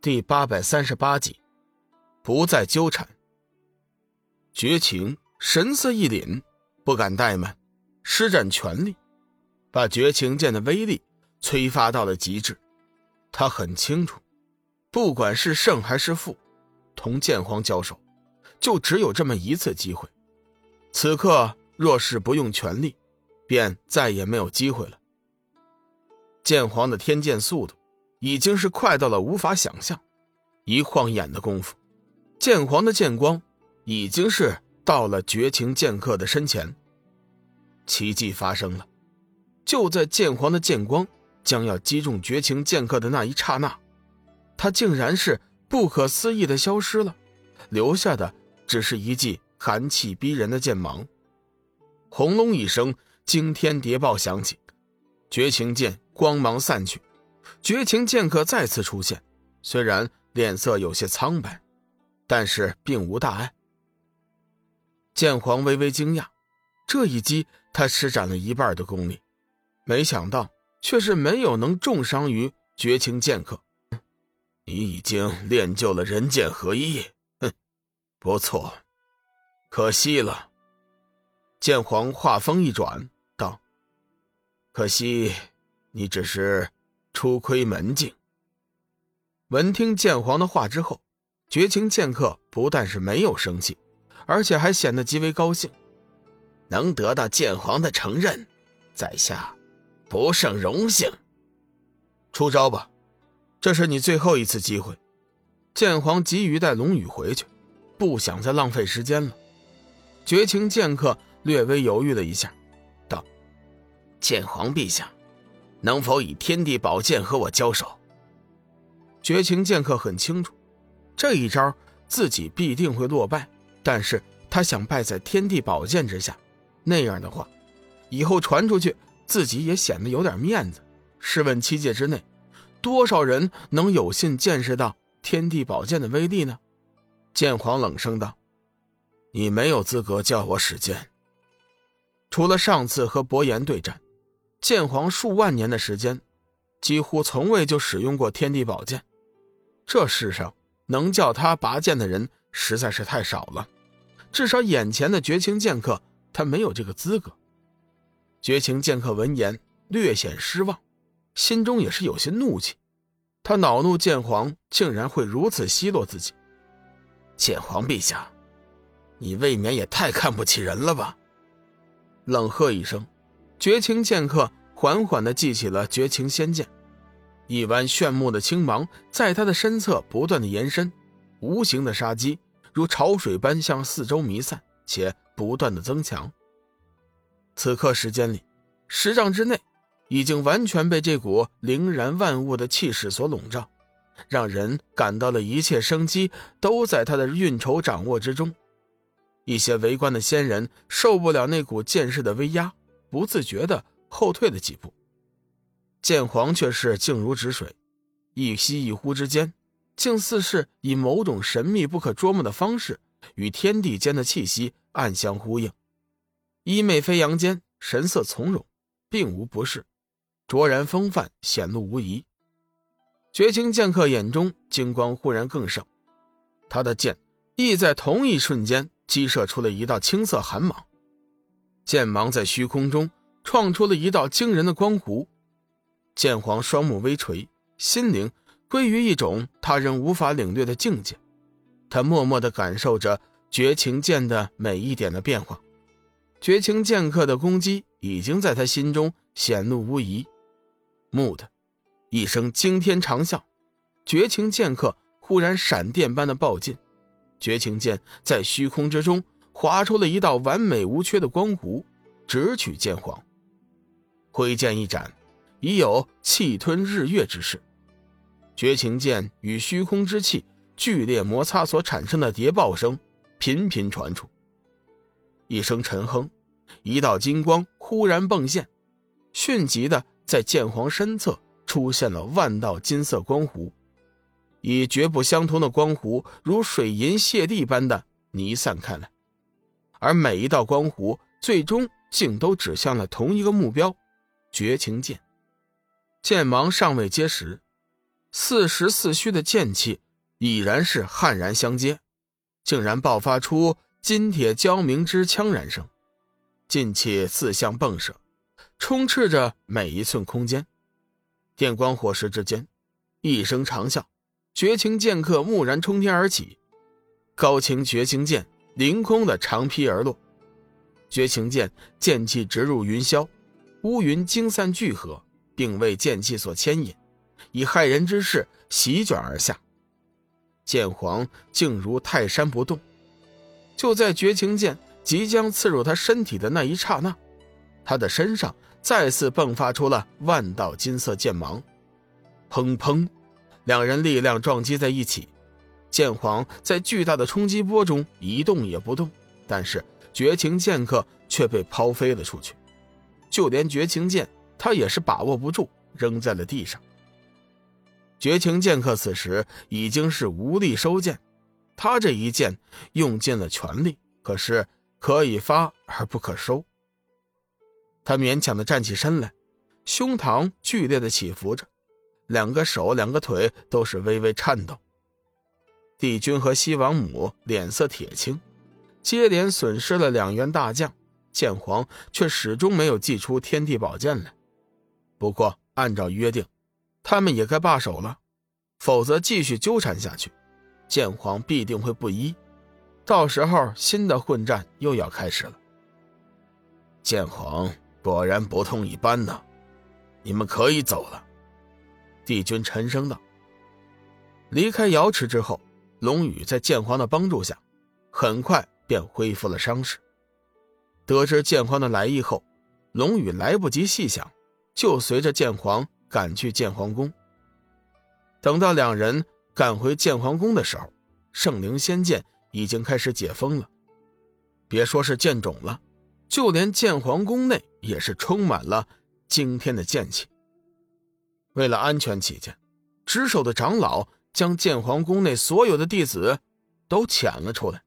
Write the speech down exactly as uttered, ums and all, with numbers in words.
第八百三十八集，不再纠缠。绝情神色一凛，不敢怠慢，施展全力，把绝情剑的威力催发到了极致。他很清楚，不管是胜还是负，同剑皇交手就只有这么一次机会。此刻若是不用全力，便再也没有机会了。剑皇的天剑速度已经是快到了无法想象，一晃眼的功夫，剑皇的剑光已经是到了绝情剑客的身前。奇迹发生了，就在剑皇的剑光将要击中绝情剑客的那一刹那，他竟然是不可思议的消失了，留下的只是一记寒气逼人的剑芒。轰隆一声，惊天谍报响起，绝情剑光芒散去，绝情剑客再次出现，虽然脸色有些苍白，但是并无大碍。剑皇微微惊讶，这一击他施展了一半的功力，没想到却是没有能重伤于绝情剑客。你已经练就了人剑合一，哼，不错，可惜了。剑皇话锋一转道，可惜你只是初窥门径。闻听剑皇的话之后，绝情剑客不但是没有生气，而且还显得极为高兴。能得到剑皇的承认，在下不胜荣幸。出招吧，这是你最后一次机会。剑皇急于带龙宇回去，不想再浪费时间了。绝情剑客略微犹豫了一下，道，剑皇陛下，能否以天地宝剑和我交手？绝情剑客很清楚，这一招自己必定会落败，但是他想败在天地宝剑之下，那样的话以后传出去自己也显得有点面子。试问七界之内，多少人能有幸见识到天地宝剑的威力呢？剑皇冷声道，你没有资格叫我使剑。除了上次和伯颜对战，剑皇数万年的时间几乎从未就使用过天地宝剑，这世上能叫他拔剑的人实在是太少了，至少眼前的绝情剑客他没有这个资格。绝情剑客闻言略显失望，心中也是有些怒气，他恼怒剑皇竟然会如此奚落自己。剑皇陛下，你未免也太看不起人了吧。冷喝一声，绝情剑客缓缓地记起了绝情仙剑，一弯炫目的青芒在他的身侧不断地延伸，无形的杀机如潮水般向四周弥散，且不断地增强。此刻时间里，十丈之内已经完全被这股凌然万物的气势所笼罩，让人感到了一切生机都在他的运筹掌握之中。一些围观的仙人受不了那股剑势的威压，不自觉地后退了几步。剑皇却是静如止水，一吸一呼之间，竟似是以某种神秘不可捉摸的方式与天地间的气息暗相呼应。衣袂飞扬间，神色从容，并无不适，卓然风范显露无疑。绝情剑客眼中金光忽然更盛，他的剑亦在同一瞬间击射出了一道青色寒芒，剑芒在虚空中创出了一道惊人的光弧。剑皇双目微垂，心灵归于一种他人无法领略的境界，他默默地感受着绝情剑的每一点的变化。绝情剑客的攻击已经在他心中显露无遗。蓦地一声惊天长啸，绝情剑客忽然闪电般的爆进，绝情剑在虚空之中划出了一道完美无缺的光弧，直取剑皇。挥剑一斩，已有气吞日月之势。绝情剑与虚空之气剧烈摩擦所产生的谍报声频频传出。一声沉哼，一道金光忽然迸现，迅即的在剑皇身侧出现了万道金色光弧，以绝不相同的光弧如水银泻地般的弥散开来，而每一道光弧最终竟都指向了同一个目标——绝情剑。剑芒尚未结实， 四实四虚的剑气已然是悍然相接，竟然爆发出金铁交鸣之枪然声，劲气四向迸射，充斥着每一寸空间。电光火石之间，一声长啸，绝情剑客蓦然冲天而起，高擎绝情剑凌空的长劈而落，绝情剑剑气直入云霄，乌云惊散聚合，并为剑气所牵引，以骇人之势席卷而下。剑皇竟如泰山不动。就在绝情剑即将刺入他身体的那一刹那，他的身上再次迸发出了万道金色剑芒。砰砰，两人力量撞击在一起，剑皇在巨大的冲击波中一动也不动，但是绝情剑客却被抛飞了出去，就连绝情剑他也是把握不住，扔在了地上。绝情剑客此时已经是无力收剑，他这一剑用尽了全力，可是可以发而不可收。他勉强地站起身来，胸膛剧烈地起伏着，两个手两个腿都是微微颤抖。帝君和西王母脸色铁青，接连损失了两员大将，剑皇却始终没有祭出天地宝剑来。不过按照约定，他们也该罢手了，否则继续纠缠下去，剑皇必定会不依，到时候新的混战又要开始了。剑皇果然不痛一般呢，你们可以走了。帝君沉声道。离开瑶池之后，龙宇在剑皇的帮助下，很快便恢复了伤势。得知剑皇的来意后，龙宇来不及细想，就随着剑皇赶去剑皇宫。等到两人赶回剑皇宫的时候，圣灵仙剑已经开始解封了。别说是剑种了，就连剑皇宫内也是充满了惊天的剑气。为了安全起见，值守的长老将剑皇宫内所有的弟子都遣了出来。